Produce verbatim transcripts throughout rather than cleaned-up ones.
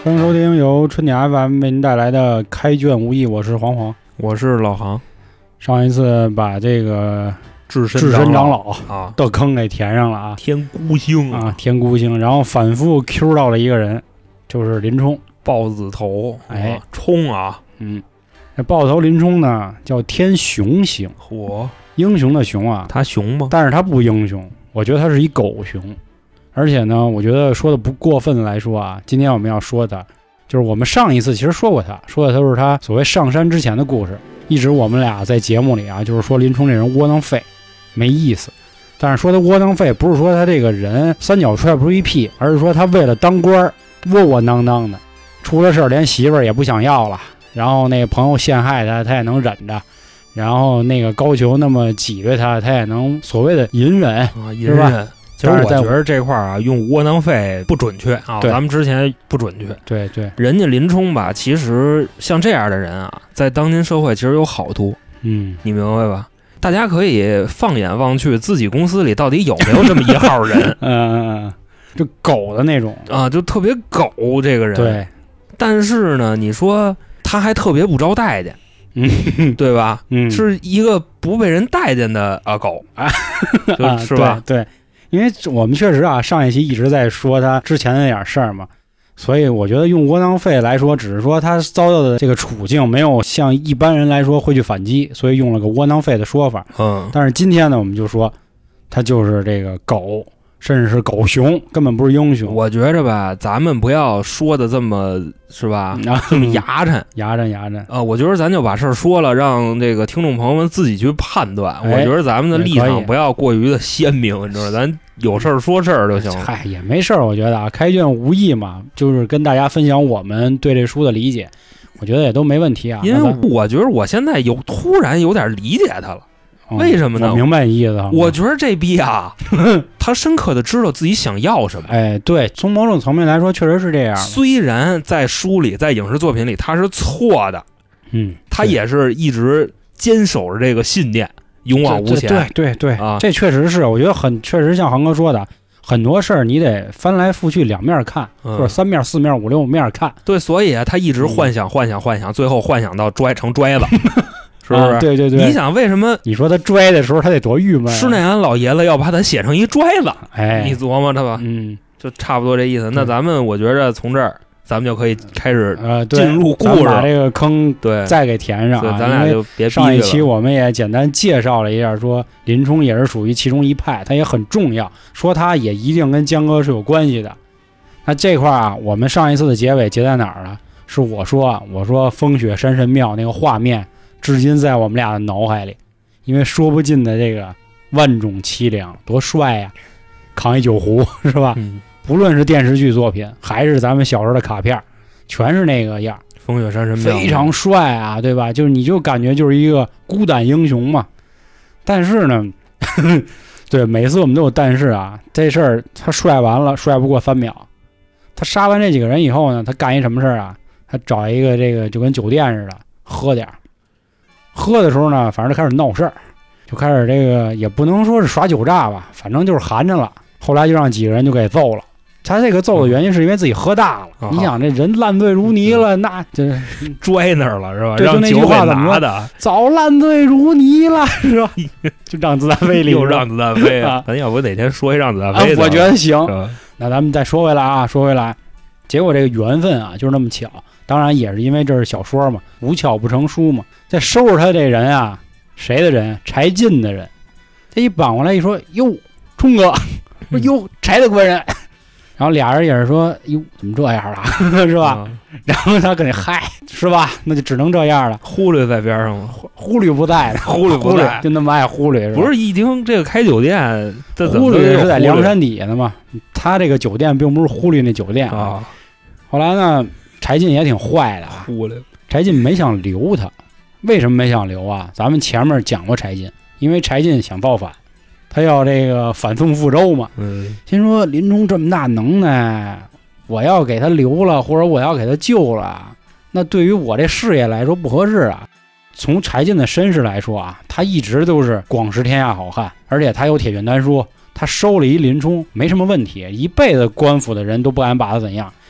欢迎收听由春点 F M 为您带来的开卷无益，我是黄黄， 我是老杭。 上一次把这个智深智深长老啊的坑给填上了啊， 天孤星啊天孤星，然后反复 Q 到了一个人，就是林冲， 豹子头， 哎， 冲啊， 嗯，这豹子头林冲呢叫天雄星， 火英雄的雄啊， 他雄吗？ 但是他不英雄，我觉得他是一狗熊。而且呢，我觉得说的不过分来说啊，今天我们要说的，就是我们上一次其实说过他，说的都是他所谓上山之前的故事。一直我们俩在节目里啊，就是说林冲这人窝囊废，没意思。但是说他窝囊废，不是说他这个人三脚踹不出一屁，而是说他为了当官窝窝囊囊的，出了事儿连媳妇儿也不想要了，然后那个朋友陷害他，他也能忍着。然后那个高俅那么挤兑他，他也能所谓的隐忍啊，隐忍。其实我觉得这块啊，用窝囊废不准确啊，咱们之前不准确。 对对， 人家林冲吧，其实像这样的人啊，在当今社会其实有好多， 嗯， 你明白吧？大家可以放眼望去，自己公司里到底有没有这么一号人？ 嗯嗯，就狗的那种啊，就特别狗这个人。 对，但是呢，你说他还特别不招待见。 嗯， 对吧？ 嗯， 是一个不被人待见的啊狗啊，是吧？ 对，对，因为我们确实啊，上一期一直在说他之前的那点事儿嘛，所以我觉得用窝囊废来说，只是说他遭到的这个处境没有像一般人来说会去反击，所以用了个窝囊废的说法。 嗯， 但是今天呢，我们就说他就是这个狗。甚至是狗熊，根本不是英雄。 我觉着吧，咱们不要说的这么是吧， 啊、 这么牙碜， 牙碜牙碜啊！我觉得咱就把事儿说了，让这个听众朋友们自己去判断。 哎、 我觉得咱们的立场不要过于的鲜明，你知道，咱有事儿说事儿就行了。 嗨，也没事儿，我觉得啊，开卷无益嘛，就是跟大家分享我们对这书的理解，我觉得也都没问题啊。 因为我觉得我现在有突然有点理解他了。为什么呢？ 我明白你意思。 我觉得这逼啊，他深刻的知道自己想要什么。 哎，对，从某种层面来说，确实是这样。 虽然在书里，在影视作品里，他是错的， 嗯， 他也是一直坚守着这个信念，勇往无前。 对对对啊，这确实是，我觉得很确实像航哥说的，很多事儿你得翻来覆去两面看， 嗯、 或者三面、四面、五六面看。 对，所以啊，他一直幻想、幻想、幻想，最后幻想到拽成拽子。是不是、 啊？对对对， 你想为什么？ 你说他拽的时候，他得多郁闷、啊。 施耐庵老爷子要把他写成一拽子， 哎， 你琢磨着吧， 嗯， 就差不多这意思。那咱们我觉着从这儿，咱们就可以开始呃进入故事， 把这个坑对再给填上、啊。 对，咱俩就别上一期我们也简单介绍了一下，说林冲也是属于其中一派，他也很重要，说他也一定跟江哥是有关系的。那这块啊，我们上一次的结尾结在哪儿了？是我说啊，我说风雪山神庙那个画面。至今在我们俩的脑海里，因为说不尽的这个万种凄凉，多帅呀、啊！扛一酒壶是吧？ 嗯， 不论是电视剧作品，还是咱们小时候的卡片，全是那个样。 风雪山神庙非常帅啊，对吧？就是你就感觉就是一个孤胆英雄嘛。但是呢，呵呵对，每次我们都有但是啊，这事儿他帅完了，帅不过三秒。他杀完这几个人以后呢，他干一什么事儿啊？他找一个这个就跟酒店似的，喝点儿。喝的时候呢，反正就开始闹事儿，就开始这个也不能说是耍酒诈吧，反正就是寒碜了。后来就让几个人就给揍了。他这个揍的原因是因为自己喝大了。 嗯、 你想这人烂醉如泥了，嗯、那这拽那儿了是吧？ 对，就那句话怎么说的？ 早烂醉如泥了是吧？就让子弹飞里， 又让子弹飞啊！咱要不哪天说一让子弹飞、 啊？我觉得行。那咱们再说回来啊，说回来，结果这个缘分啊，就是那么巧。当然也是因为这是小说嘛，无巧不成书嘛。在收拾他这人啊，谁的人？柴进的人。这一绑过来一说，哟，冲哥，说哟，柴大官人。然后俩人也是说，哟，怎么这样了，是吧？嗯、然后他跟你嗨，是吧？那就只能这样了。 忽略在边上吗？ 忽略不在的， 忽略不在， 就那么爱忽略。 不是一听这个开酒店，这忽略是在梁山底下的嘛？他这个酒店并不是忽略那酒店啊。后来呢？柴进也挺坏的啊，柴进没想留他，为什么没想留啊？咱们前面讲过柴进，因为柴进想造反，他要这个反宋覆周嘛。 嗯， 心说林冲这么大能耐，我要给他留了，或者我要给他救了，那对于我这事业来说不合适啊。从柴进的身世来说啊，他一直都是广识天下好汉，而且他有铁拳丹书，他收了一林冲没什么问题，一辈子官府的人都不敢把他怎样。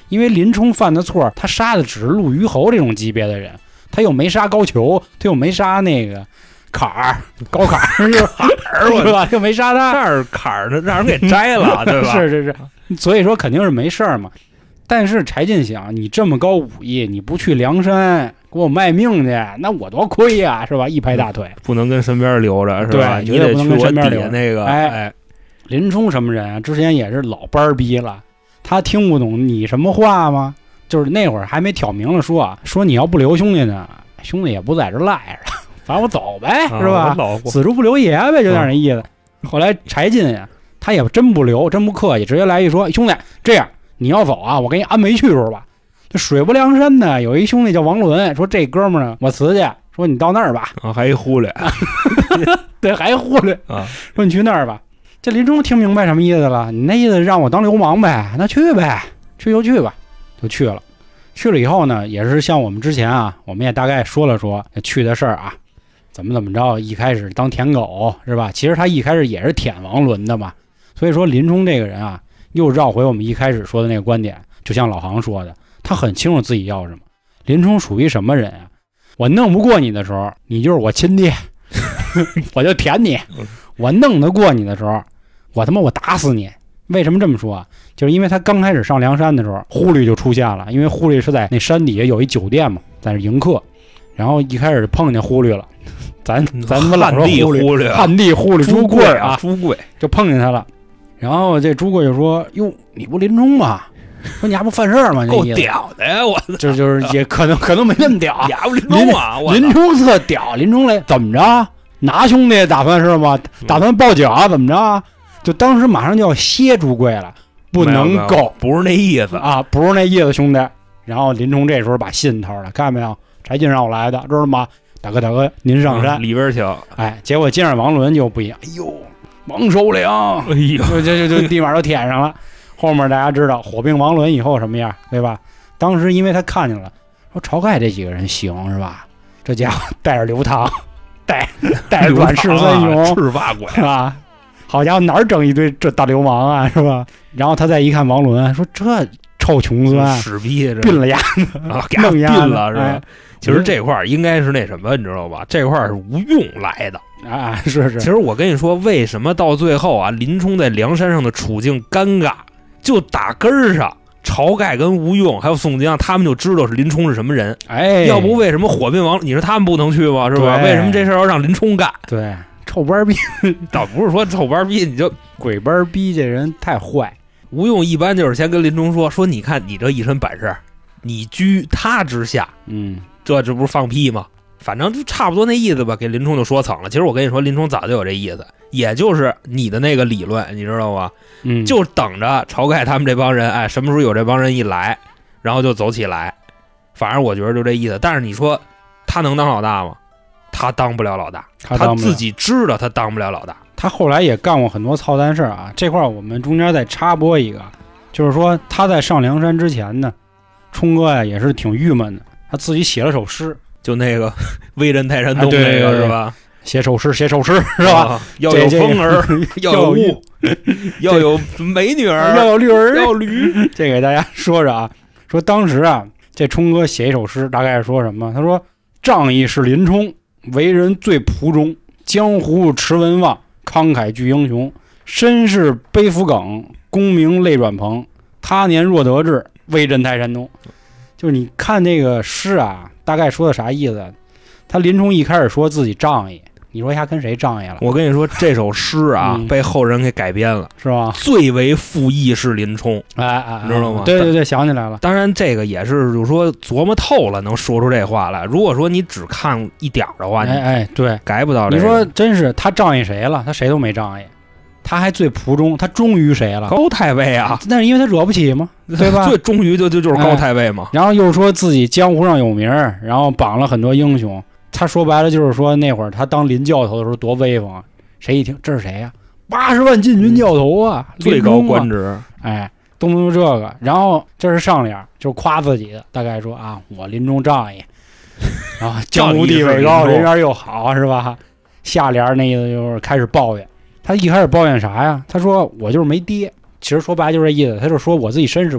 因为林冲犯的错，他杀的只是陆虞侯这种级别的人，他又没杀高俅，他又没杀那个坎儿高坎儿是吧？是吧？又没杀他， 但是坎儿呢让人给摘了，对吧？ 是是是，所以说肯定是没事儿嘛。但是柴进想，你这么高武艺，你不去梁山给我卖命去，那我多亏呀，是吧？一拍大腿， 不能跟身边留着，是吧？ 对，你得去我底下那个。 哎哎，林冲什么人啊？之前也是老班儿逼了，他听不懂你什么话吗？就是那会儿还没挑明了说啊，说你要不留兄弟呢，兄弟也不在这赖着，反正我走呗，是吧？ 啊、 死猪不留爷呗，就点那意思。嗯、后来柴进呀、啊，他也真不留，真不客气，直接来一说，兄弟，这样你要走啊，我给你安排去处吧。就水泊梁山呢，有一兄弟叫王伦，说这哥们儿呢，我辞去，说你到那儿吧。 啊，还一忽略， 对，还忽略啊， 说你去那儿吧。这林冲听明白什么意思了？你那意思让我当流氓呗？那去呗，去就去吧，就去了。去了以后呢，也是像我们之前啊，我们也大概说了说去的事儿啊，怎么怎么着。一开始当舔狗是吧？其实他一开始也是舔王伦的嘛。所以说林冲这个人啊，又绕回我们一开始说的那个观点，就像老杭说的，他很清楚自己要什么。林冲属于什么人啊？我弄不过你的时候，你就是我亲爹，我就舔你；我弄得过你的时候，我他妈我打死你。为什么这么说啊？就是因为他刚开始上梁山的时候，忽律就出现了。因为忽律是在那山底下有一酒店嘛，在那迎客，然后一开始碰见忽律了，咱咱他妈老说忽律，汉地忽律朱贵啊， 朱贵就碰见他了。然后这朱贵就说：“哟，你不林冲吗？说你还不犯事吗？ 够屌的呀！我这就是也可能可能没那么屌， 你还不林冲啊？ 林冲特屌，林冲来怎么着？拿兄弟打算是吗？打算报警啊？怎么着？就当时马上就要歇朱贵了，不能够， 不是那意思啊，不是那意思，兄弟。然后林冲这时候把信掏了，看见没有？柴进让我来的，知道吗？大哥大哥，您上山、 嗯、里边请。 哎，结果见着王伦就不一样，哎呦。”王首领，哎呦， 就就就立马都舔上了。后面大家知道火并王伦以后什么样，对吧？当时因为他看见了，说晁盖这几个人行是吧？这家伙带着刘唐，带带着阮氏三雄， 赤发鬼啊！好家伙，哪儿整一堆这大流氓啊，是吧？然后他再一看王伦，说这臭穷酸， 屎逼， 病了丫子， 啊， 弄丫病了是吧？ 哎、 其实这块应该是那什么，你知道吧？这块是吴用来的。 啊，是是。 其实我跟你说，为什么到最后啊，林冲在梁山上的处境尴尬，就打根儿上，晁盖跟吴用还有宋江，他们就知道是林冲是什么人。 哎， 要不为什么火并王？你说他们不能去吗？是吧？为什么这事儿要让林冲干？ 对，臭班逼， 倒不是说臭班逼，你就鬼班逼，这人太坏。 吴用一般就是先跟林冲说说，你看你这一身本事，你居他之下， 嗯， 这这不是放屁吗？反正就差不多那意思吧，给林冲就说蹭了。其实我跟你说，林冲早就有这意思，也就是你的那个理论，你知道吧？ 嗯， 就等着晁盖他们这帮人，哎，什么时候有这帮人一来，然后就走起来。反正我觉得就这意思。但是你说他能当老大吗？他当不了老大， 他, 他自己知道他当不了老大。 他后来也干过很多操蛋事儿啊。这块我们中间再插播一个，就是说他在上梁山之前呢，冲哥呀也是挺郁闷的，他自己写了首诗。 就那个威震泰山洞那个、啊、是吧？ 写首诗，写首诗是吧？ 啊、要有风儿，要有雾，要有美女儿， 要有驴儿， 要有驴。 这给大家说着啊，说当时啊，这冲哥写一首诗，大概是说什么？他说：“仗义是林冲，为人最仆忠，江湖持文望，慷慨聚英雄，身世背负梗，功名泪转蓬。他年若得志，威震泰山东。”就是你看这个诗啊，大概说的啥意思？他林冲一开始说自己仗义，你说他跟谁仗义了？ 我跟你说，这首诗啊，嗯、被后人给改编了， 是吧？ 最为负义是林冲， 哎哎， 你知道吗？ 对对对，想起来了。 当然，这个也是就是说琢磨透了，能说出这话来。如果说你只看一点的话， 哎哎，对， 改不到这个。 你说真是他仗义谁了？他谁都没仗义。他还最仆忠，他忠于谁了？ 高太尉啊！ 那是因为他惹不起吗？对吧？ 最忠于就就就是高太尉嘛、 哎。然后又说自己江湖上有名，然后绑了很多英雄。他说白了就是说那会儿他当林教头的时候多威风啊！谁一听这是谁呀、啊？八十万禁军教头啊， 嗯、最高官职。 哎，动不动这个，然后这是上联，就是夸自己的，大概说啊，我林冲仗义，然后江湖地位高，人缘又好，是吧？下联那意思就是开始抱怨。他一开始抱怨啥呀？他说我就是没爹，其实说白了就是这意思。他就说我自己身世不好，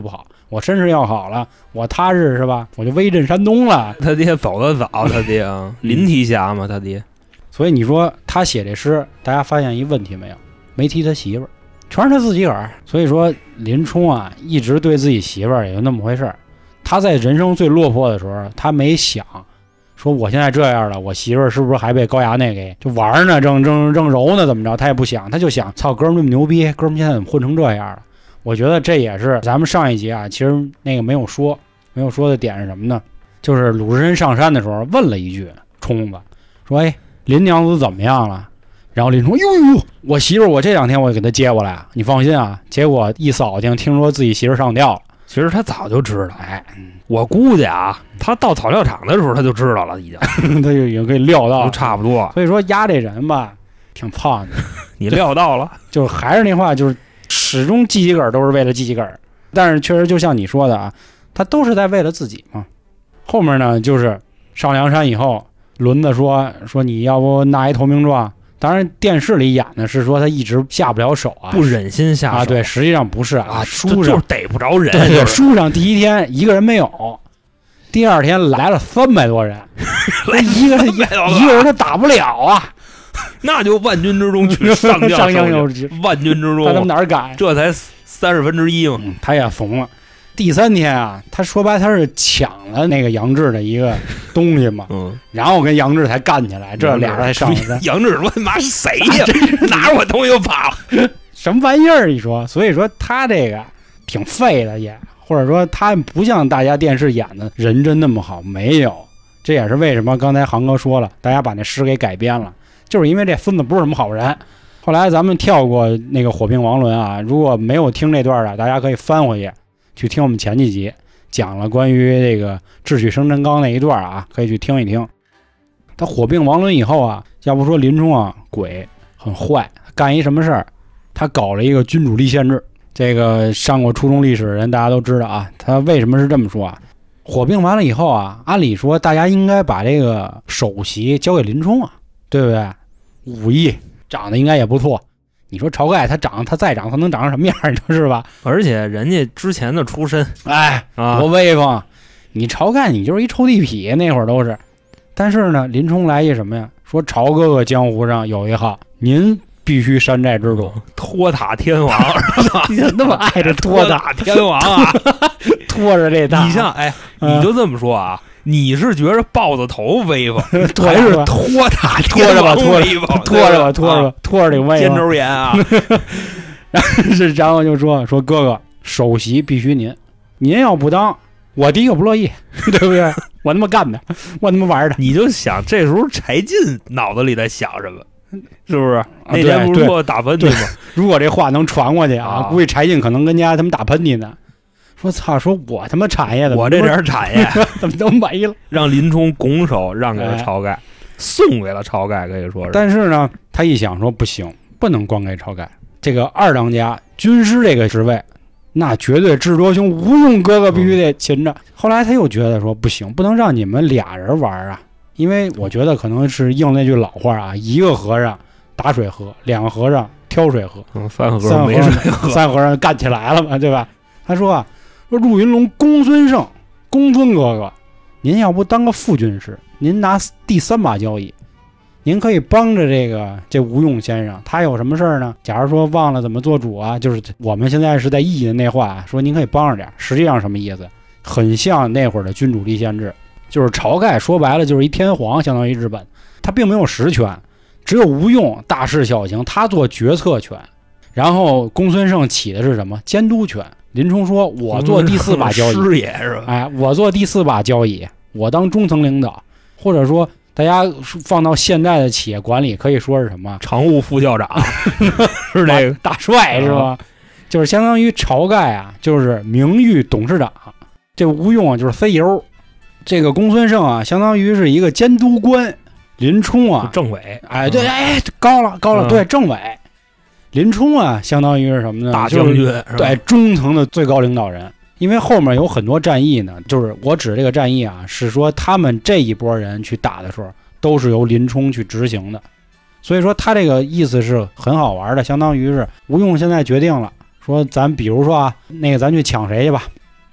我身世要好了，我踏实是吧？我就威震山东了。 他爹走得早，他爹啊，临提辖嘛，他爹。 所以你说他写这诗，大家发现一问题没有？没提他媳妇儿，全是他自己个儿。所以说林冲啊，一直对自己媳妇儿也就那么回事儿。他在人生最落魄的时候，他没想说我现在这样了，我媳妇儿是不是还被高衙内给就玩呢，正正正揉呢，怎么着？他也不想，他就想操，哥们这么牛逼，哥们现在怎么混成这样了？我觉得这也是咱们上一集啊，其实那个没有说，没有说的点是什么呢？就是鲁智深上山的时候问了一句冲子，说：“哎，林娘子怎么样了？”然后林冲：“呦呦，我媳妇儿我这两天我就给她接过来，你放心啊。”结果一扫听，听说自己媳妇儿上吊了。 其实他早就知道， 哎， 我估计啊，他到草料场的时候他就知道了，已经， 他就已经可以料到了， 都差不多。 所以说压这人吧，挺胖的。 你料到了， 就是还是那话，就是始终记几根都是为了记几根，但是确实就像你说的啊，他都是在为了自己嘛。后面呢，就是上梁山以后，轮子说说你要不拿一投名状。当然，电视里演的是说他一直下不了手啊， 不忍心下手啊。对，实际上不是啊，书上就是逮不着人。 对对，书上第一天一个人没有，第二天来了三百多人， 来一个人一个人他打不了啊， 那就万军之中取上将上将有之， 万军之中， 他他哪儿敢？ 这才三十分之一嘛、 嗯，他也怂了。第三天啊，他说白他是抢了那个杨志的一个东西嘛， 嗯， 然后跟杨志才干起来，这俩人才上山。 杨志说：“他妈谁呀？拿着我东西就跑了， 什么玩意儿？你说，所以说他这个挺废的也，或者说他不像大家电视演的人真那么好，没有。这也是为什么刚才航哥说了，大家把那诗给改编了，就是因为这孙子不是什么好人。后来咱们跳过那个火并王伦啊，如果没有听这段的，大家可以翻回去。去听我们前几集讲了关于这个智取生辰纲那一段啊，可以去听一听。他火并王伦以后啊，要不说林冲啊鬼很坏，干一什么事儿？他搞了一个君主立宪制。这个上过初中历史的人大家都知道啊，他为什么是这么说啊？火并完了以后啊，按理说大家应该把这个首席交给林冲啊，对不对？武艺长得应该也不错。你说晁盖他长他再长他能长成什么样儿，是吧？ 而且人家之前的出身， 哎， 啊， 多威风！你晁盖你就是一臭地痞，那会儿都是。但是呢，林冲来一什么呀？说晁哥哥江湖上有一号，您必须山寨之主， 托塔天王， 你怎么那么爱着托塔天王啊？ 拖着这大， 你像哎，你就这么说啊？你是觉着豹子头威风， 还是托塔拖着吧，拖着吧， 拖着吧，拖着吧，拖着这威风。 肩周炎啊！ 然后是，然后就说说哥哥，首席必须您，您要不当，我第一个不乐意，对不对？我他妈干的，我他妈玩的。 你就想这时候柴进脑子里在想什么，是不是？ 啊、 那天不是说打喷嚏吗？ 如果这话能传过去啊， 啊估计柴进可能跟家他们打喷嚏呢。说操，说我他妈产业的， 我这点产业怎么都没了？ 让林冲拱手让给了晁盖，哎、送给了晁盖，可以说是。 但是呢，他一想说不行，不能光给晁盖。这个二当家军师这个职位，那绝对智多兄吴用哥哥必须得擒着。嗯、后来他又觉得说不行，不能让你们俩人玩啊，因为我觉得可能是应那句老话啊，一个和尚打水喝，两个和尚挑水喝， 嗯、三个和尚没水喝， 三和尚干起来了嘛，对吧？他说啊。说入云龙公孙胜，公孙哥哥，您要不当个副军师，您拿第三把交椅，您可以帮着这个这吴用先生，他有什么事儿呢？假如说忘了怎么做主啊，就是我们现在是在意的那话，说您可以帮着点，实际上什么意思？很像那会儿的君主立宪制，就是晁盖说白了就是一天皇，相当于日本，他并没有实权，只有吴用大事小情，他做决策权，然后公孙胜起的是什么？监督权。林冲说：“我做第四把交椅， 师爷是吧？ 哎，我做第四把交椅，我当中层领导，或者说大家放到现在的企业管理，可以说是什么？ 常务副校长是这个大帅是吧？就是相当于晁盖啊，就是名誉董事长，这吴用啊就是 C E O， 这个公孙胜啊，相当于是一个监督官，林冲啊政委， 哎对，哎高了高了，对政委。”林冲啊，相当于是什么呢？ 大将军， 就是、对中层的最高领导人。因为后面有很多战役呢，就是我指这个战役啊，是说他们这一波人去打的时候，都是由林冲去执行的。所以说他这个意思是很好玩的，相当于是吴用现在决定了，说咱比如说啊，那个咱去抢谁去吧？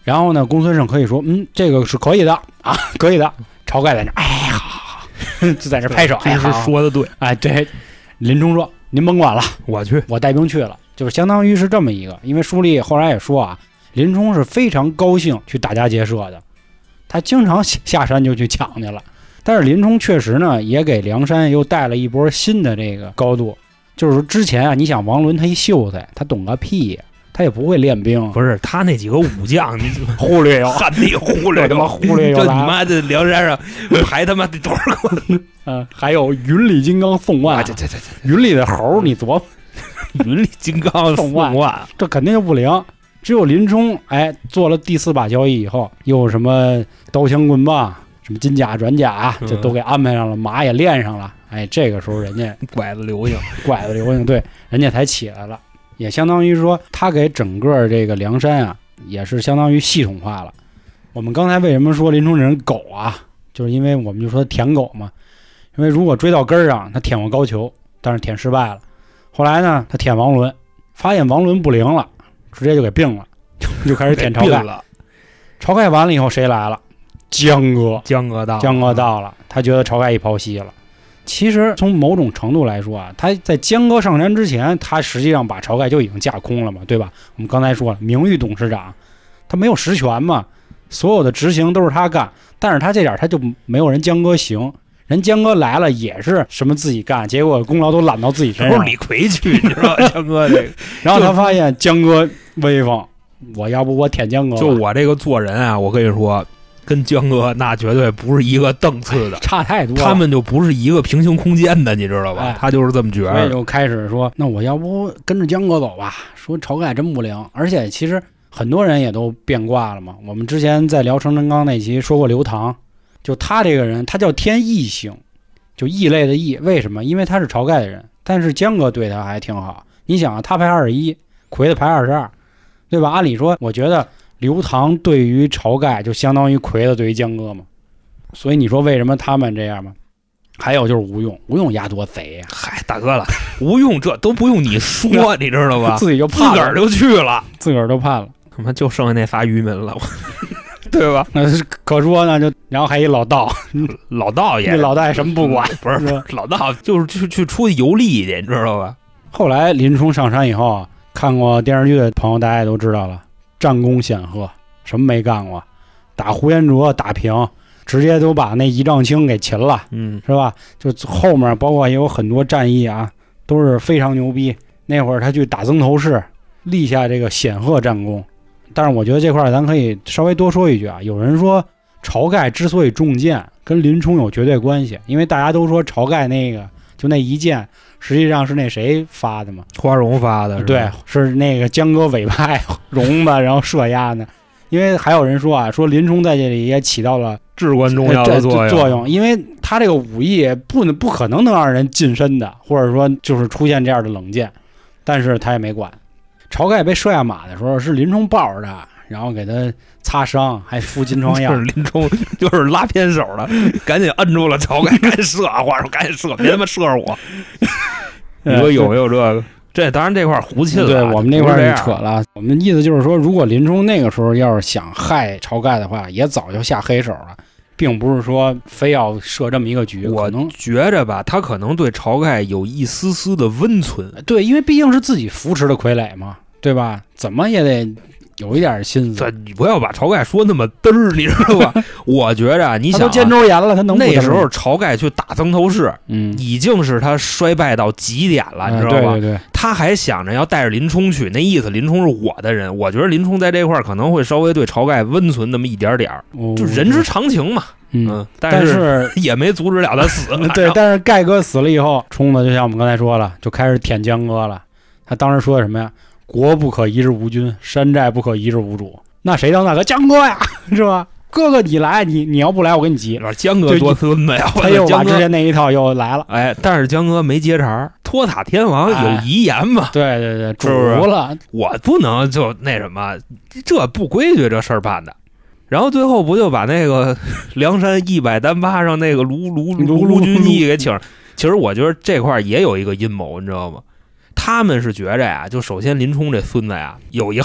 然后呢，公孙胜可以说，嗯，这个是可以的啊，可以的。晁盖在那，哎，好，就在那拍手，哎， 是说的对， 哎，对。林冲说：“您甭管了， 我去， 我带兵去了。”就是相当于是这么一个，因为书里后来也说啊，林冲是非常高兴去打家劫舍的，他经常下山就去抢去了。但是林冲确实呢，也给梁山又带了一波新的这个高度。就是说之前啊，你想王伦他一秀才，他懂个屁呀，他也不会练兵。 不是他那几个武将，你忽略哟， 汉地忽略， 他妈忽略哟， 就你妈在梁山上排他妈得多少个？ 嗯，还有云里金刚宋万， 啊、这这这这云里的猴，你琢磨， 云里金刚宋万， 这肯定就不灵。只有林冲，哎，做了第四把交易以后，又什么刀枪棍棒，什么金甲软甲，就都给安排上了，马也练上了。哎，这个时候人家拐子流行， 拐子流行，对，人家才起来了，也相当于说他给整个这个梁山啊，也是相当于系统化了。我们刚才为什么说林冲这人狗啊，就是因为我们就说舔狗嘛。因为如果追到根儿上，他舔过高俅，但是舔失败了。后来呢，他舔王伦，发现王伦不灵了，直接就给并了，就开始舔晁盖了。 晁盖完了以后，谁来了？江哥， 江哥到了， 江哥到了，他觉得晁盖一抛稀了。其实从某种程度来说啊，他在江哥上山之前，他实际上把晁盖就已经架空了嘛，对吧？我们刚才说了，名誉董事长，他没有实权嘛，所有的执行都是他干，但是他这点他就没有人江哥行。人江哥来了也是什么自己干，结果功劳都揽到自己身上。 都是李逵去，你知道江哥这个。 然后他发现江哥威风，我要不我舔江哥。 就我这个做人啊，我跟你说，跟江哥那绝对不是一个档次的， 差太多了。 他们就不是一个平行空间的，你知道吧？哎、他就是这么觉得。 所以就开始说，那我要不跟着江哥走吧？说晁盖真不灵，而且其实很多人也都变卦了嘛。我们之前在聊程成刚那期说过刘唐。就他这个人，他叫天异星，就异类的异。为什么？因为他是晁盖的人，但是江哥对他还挺好。你想啊，他排二十一，魁子排二十二，对吧？按理说，我觉得刘唐对于晁盖就相当于魁子对于江哥嘛。所以你说为什么他们这样吗？还有就是吴用，吴用丫多贼呀、啊！ 嗨，大哥了，吴用这都不用你说，你知道吧？ 自己就自个儿就去了， 自个儿都判了。 他妈就剩下那仨渔民了。对吧？ 那可说呢，就然后还一老道， 老道也那老道也什么不管， 不是老道就是去去出去游历去，你知道吧？ 后来林冲上山以后啊，看过电视剧的朋友大家也都知道了，战功显赫，什么没干过，打呼延灼打平，直接都把那仪仗卿给擒了， 嗯， 是吧？就后面包括也有很多战役啊，都是非常牛逼。那会儿他去打曾头市，立下这个显赫战功。但是我觉得这块咱可以稍微多说一句啊，有人说晁盖之所以中箭跟林冲有绝对关系，因为大家都说晁盖那个就那一箭实际上是那谁发的嘛， 花荣发的， 对，是那个江哥委派荣吧，然后射压呢。因为还有人说啊，说林冲在这里也起到了至关重要的作用， 作用，因为他这个武艺不不可能能让人近身的，或者说就是出现这样的冷箭，但是他也没管。晁盖被射下马的时候，是林冲抱着他，然后给他擦伤，还敷金疮药。 就是林冲就是拉偏手了，赶紧摁住了晁盖，赶紧射啊！话说赶紧射，别他妈射着我。你说有没有这个？这当然这块胡沁了， 对我们那块扯了。我们的意思就是说，如果林冲那个时候要是想害晁盖的话，也早就下黑手了，并不是说非要设这么一个局。 我能觉着吧，他可能对晁盖有一丝丝的温存。 对，因为毕竟是自己扶持的傀儡嘛，对吧？怎么也得有一点心思。 你不要把晁盖说那么嘚儿，你知道吧？我觉着你想、啊， 他都肩周炎了，他能那时候晁盖去打曾头市， 嗯， 已经是他衰败到极点了，你知道吧？ 对对对， 他还想着要带着林冲去，那意思林冲是我的人。我觉得林冲在这块可能会稍微对晁盖温存那么一点点，哦、就人之常情嘛。 嗯， 嗯但是也没阻止了他死。 对，但是盖哥死了以后，冲的就像我们刚才说了，就开始舔江哥了。他当时说的什么呀？国不可一日无君，山寨不可一日无主。那谁当那个江哥呀？是吧？哥哥你来，你你要不来，我给你急。 江哥多孙子呀！ 他又把之前那一套又来了。 哎，但是江哥没接茬，托塔天王有遗言嘛？ 哎、对对对，主了， 我不能就那什么，这不规矩，这事儿办的。然后最后不就把那个梁山一百单八上那个卢卢卢卢俊义给请上？其实我觉得这块也有一个阴谋，你知道吗？他们是觉着呀，就首先林冲这孙子呀有一号。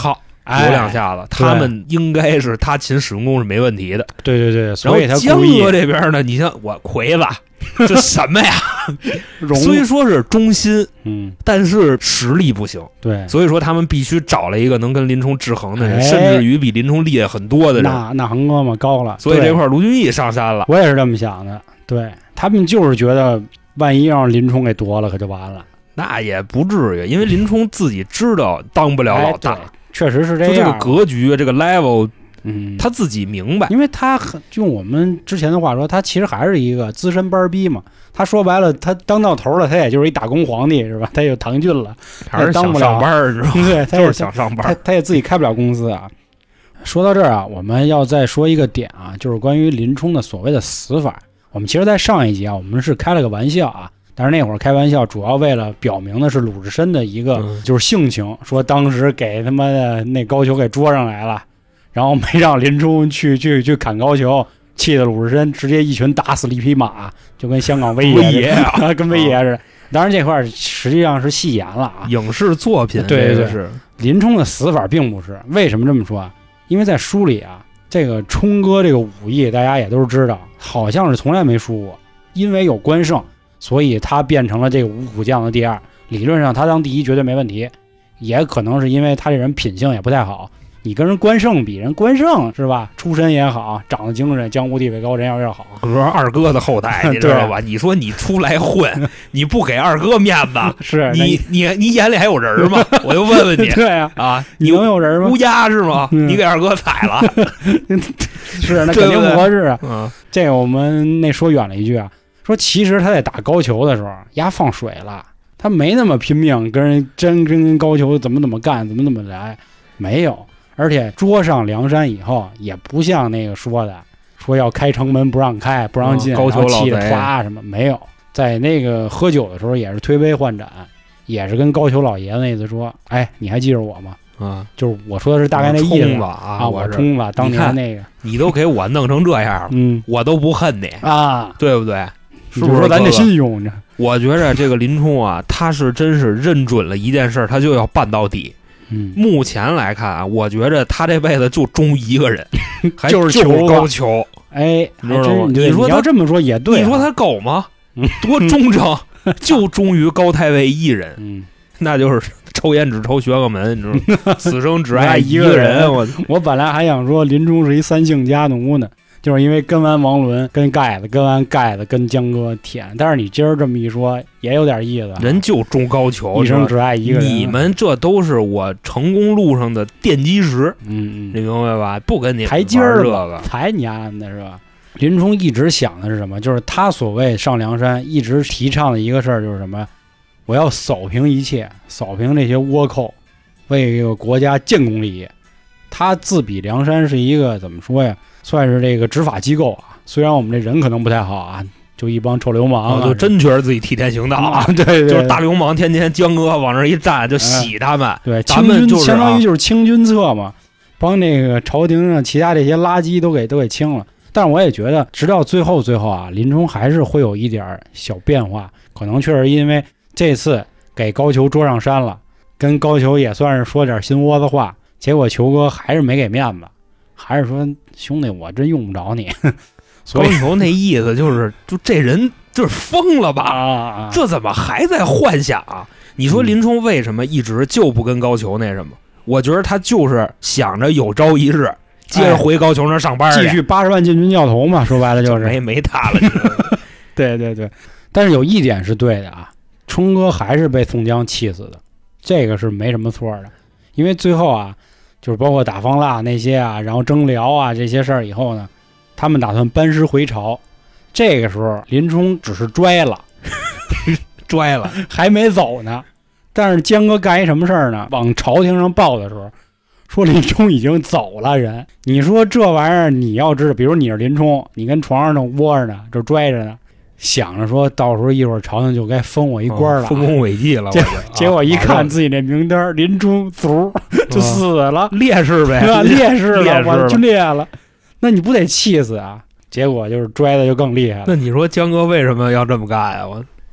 有两下子，他们应该是他秦史文恭是没问题的。 对对对，所以他江哥这边呢，你像我魁子，这什么呀？虽说是忠心， 嗯， 但是实力不行。 对， 所以说他们必须找了一个能跟林冲制衡的人， 哎、 甚至于比林冲厉害很多的人。 那那横哥嘛高了， 所以这块卢俊义上山了。 我也是这么想的。对他们就是觉得，万一让林冲给夺了，可就完了。 那也不至于，因为林冲自己知道当不了老大， 哎、确实是这样。 就这个格局，这个 level。 嗯， 他自己明白， 因为他很用我们之前的话说，他其实还是一个资深班逼嘛。他说白了，他当到头了，他也就是一打工皇帝，是吧？他有唐骏了， 还是想上班，知道吗？ 对，他就是想上班， 他他也自己开不了公司啊。说到这儿啊，我们要再说一个点啊，就是关于林冲的所谓的死法。我们其实，在上一集啊，我们是开了个玩笑啊，但是那会儿开玩笑主要为了表明的是鲁智深的一个就是性情，说当时给他妈的那高俅给捉上来了。然后没让林冲去去去砍高俅，气得鲁智深直接一拳打死了一匹马，就跟香港威爷啊，跟威爷似的。当然这块实际上是戏言了啊， 影视作品。 对对对， 是林冲的死法并不是。为什么这么说啊？因为在书里啊，这个冲哥这个武艺大家也都知道，好像是从来没输过。因为有关胜，所以他变成了这个五虎将的第二。理论上他当第一绝对没问题，也可能是因为他这人品性也不太好。你跟人关胜比，人关胜是吧？出身也好，长得精神，江湖地位高，人要要好。 哥二哥的后代，你知道吧？你说你出来混，你不给二哥面子， 是你你你眼里还有人吗？我就问问你， 对啊， 啊， 你能有人吗？ 乌鸦是吗？ 嗯、 你给二哥踩了， 是那肯定不合适啊。 嗯， 这个我们那说远了一句啊，说其实他在打高俅的时候，丫放水了，他没那么拼命跟人真跟跟高俅怎么怎么干，怎么怎么来，没有。而且捉上梁山以后，也不像那个说的，说要开城门不让开，不让进， 嗯、高俅老气得唰什么没有。在那个喝酒的时候，也是推杯换盏，也是跟高俅老爷子那次说：“哎，你还记着我吗？”啊，就是我说的是大概那意思吧啊， 我冲吧，当年那个你，你都给我弄成这样了， 嗯， 我都不恨你啊， 对不对？是不是说咱这信用呢？ 我觉着这个林冲啊，他是真是认准了一件事，他就要办到底。 嗯， 目前来看啊，我觉着他这辈子就忠于一个人，还就是高俅。 哎， 你知道吗？ 你说你要这么说也对、啊， 你说他狗吗？多忠诚，就忠于高太尉一人。 嗯， 那就是抽烟只抽玄武门，你知道吗？此生只爱一个人。 我我本来还想说林冲是一三姓家奴呢，就是因为跟完王伦、跟盖子、跟完盖子、跟江哥舔。但是你今儿这么一说，也有点意思。 人就忠高俅， 一生只爱一个人。 你们这都是我成功路上的奠基石， 嗯嗯， 你明白吧？不跟你台阶儿这个， 才你丫的是吧？林冲一直想的是什么？就是他所谓上梁山，一直提倡的一个事儿就是什么？我要扫平一切，扫平这些倭寇，为这个国家建功立业。他自比梁山是一个怎么说呀？算是这个执法机构啊。虽然我们这人可能不太好啊，就一帮臭流氓、啊， 就真觉得自己替天行道啊。 对 对, 对， 就是大流氓，天天江哥往那一站就洗他们。 嗯、对， 咱们就是、啊、 相当于就是清君侧嘛，帮那个朝廷上其他这些垃圾都给都给清了。但是我也觉得，直到最后最后啊，林冲还是会有一点小变化，可能确实因为这次给高俅捉上山了，跟高俅也算是说点心窝子话，结果裘哥还是没给面子，还是说兄弟我真用不着你。 高俅那意思就是，就这人就是疯了吧？ 啊， 这怎么还在幻想啊？你说林冲为什么一直就不跟高俅那什么？我觉得他就是想着有朝一日。接着回高俅那上班、 哎、继续八十万禁军教头嘛，说白了就是没没他了。 对对对，但是有一点是对的啊，冲哥还是被宋江气死的，这个是没什么错的。因为最后啊，就是包括打方腊那些啊，然后征辽啊这些事儿以后呢，他们打算班师回朝。这个时候林冲只是拽了， 拽了， 还没走呢。但是江哥干一什么事儿呢？往朝廷上报的时候。说林冲已经走了人，你说这玩意儿你要知道，比如你是林冲，你跟床上正窝着呢，这拽着呢，想着说到时候一会儿朝廷就该封我一官了， 丰功伟绩了。 结结果一看自己那名单，林冲卒就死了， 烈士呗， 烈士了，我就烈了，那你不得气死啊？结果就是拽的就更厉害了。 那你说江哥为什么要这么干呀？我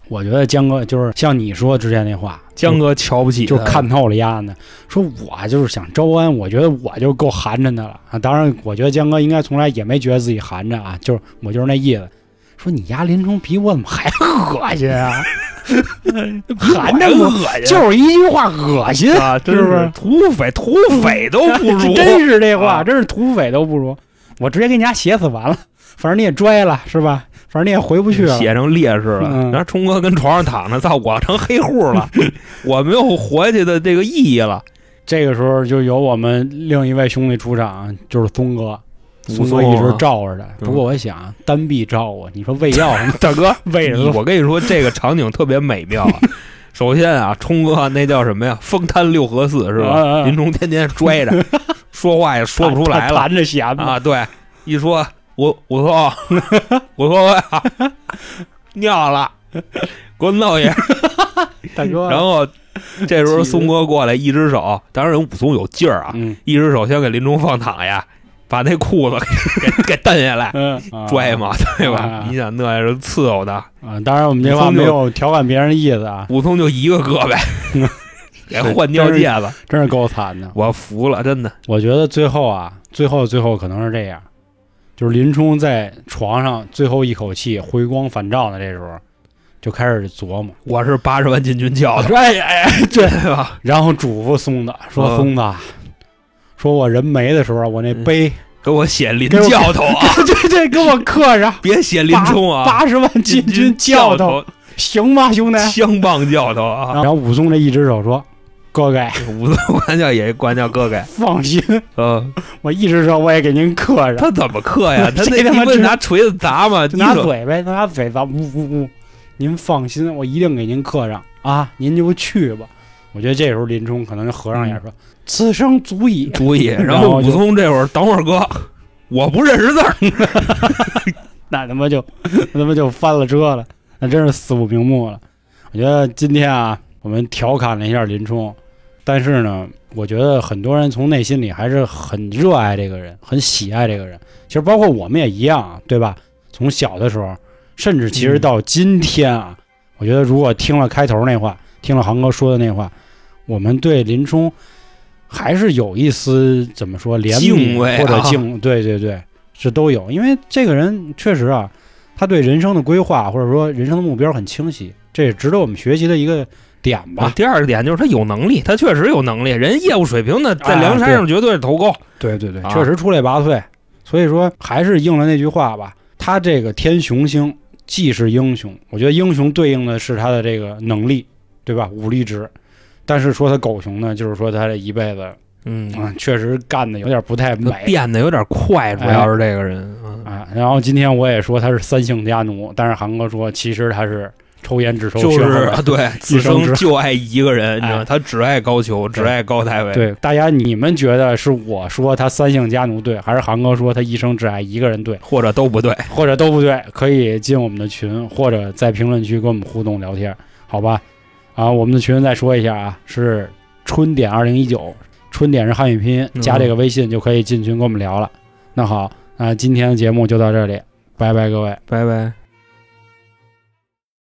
我觉得江哥就是像你说之前那话， 江哥瞧不起， 就看透了丫呢。说我就是想招安，我觉得我就够寒碜的了啊。当然，我觉得江哥应该从来也没觉得自己寒碜啊，就是我就是那意思。说你丫林冲比我怎么还恶心啊？寒碜不恶心，就是一句话恶心啊， 是不是？ 土匪土匪都不如， 真是这话，真是土匪都不如。我直接给你家写死完了，反正你也拽了是吧？反正你也回不去了， 写成烈士了。 嗯、 然后冲哥跟床上躺着，操，我成黑户了，我没有活下去的这个意义了。 这个时候就由我们另一位兄弟出场，就是松哥。松哥啊一直罩着的，不过我想单臂罩我，你说喂药大哥喂着， 我跟你说这个场景特别美妙啊。首先啊，冲哥那叫什么呀？风瘫六合寺是吧？ 啊啊、 林冲天天拽着，说话也说不出来了， 弹着弦啊，对，一说我我说我说呀尿了，给我弄一下， 大哥。 然后这时候松哥过来，一只手，当然人武松有劲儿啊， 嗯、 一只手先给林冲放躺下。把那裤子给给给蹬下来， 嗯， 拽嘛，对吧？ 啊、 你想那是伺候的啊。当然，我们这话没有调侃别人的意思啊。 武松就一个胳膊，给换掉戒指， 真是够惨的。 我服了，真的。 我觉得最后啊，最后最后可能是这样，就是林冲在床上最后一口气回光返照的这时候，就开始琢磨： 我是八十万禁军教的， 哎哎哎，对吧？ 然后嘱咐松子说：“ 嗯、 松子。”说我人没的时候，我那碑、嗯、 给我写林教头啊， 对对，给我刻上， 别写林冲啊， 八十万禁军教头，行吗，兄弟？ 相棒教头啊。 然后武松这一只手说：“哥哥， 武松管叫也管叫哥哥， 放心， 嗯， 我一只手我也给您刻上。” 他怎么刻呀？他那他不是拿锤子砸吗？ 拿嘴呗，他拿嘴砸，呜呜呜！您放心，我一定给您刻上啊，您就去吧。我觉得这时候林冲可能就合上眼说：“此生足矣， 足矣。”然后武松这会儿，等会儿哥，我不认识字儿， 那他妈就那他妈就翻了车了，那真是死不瞑目了。我觉得今天啊，我们调侃了一下林冲，但是呢，我觉得很多人从内心里还是很热爱这个人，很喜爱这个人。其实包括我们也一样，对吧？从小的时候，甚至其实到今天啊，嗯、我觉得如果听了开头那话，听了航哥说的那话。我们对林冲还是有一丝怎么说怜悯或者敬、啊、对对对，这都有。因为这个人确实啊，他对人生的规划或者说人生的目标很清晰，这也值得我们学习的一个点吧。 啊、第二个点就是他有能力，他确实有能力，人业务水平呢在梁山上绝对是头高。 对对对，啊、确实出类拔萃。所以说还是应了那句话吧，他这个天雄星既是英雄，我觉得英雄对应的是他的这个能力，对吧？武力值。但是说他狗熊呢，就是说他这一辈子，嗯啊，确实干的有点不太美， 变得有点快，主要是这个人、 哎、啊。然后今天我也说他是三姓家奴，但是韩哥说其实他是抽烟只抽血就是啊，对，此生就爱一个人， 哎、 你知道，他只爱高俅，只爱高太尉。 对，大家你们觉得是我说他三姓家奴对，还是韩哥说他一生只爱一个人对， 或者都不对， 或者都不对？可以进我们的群，或者在评论区跟我们互动聊天，好吧？啊，我们的群再说一下啊，是春点二零一九，春点是汉语拼音，加这个微信就可以进群跟我们聊了。嗯、那好，那今天的节目就到这里，拜拜各位， 拜拜。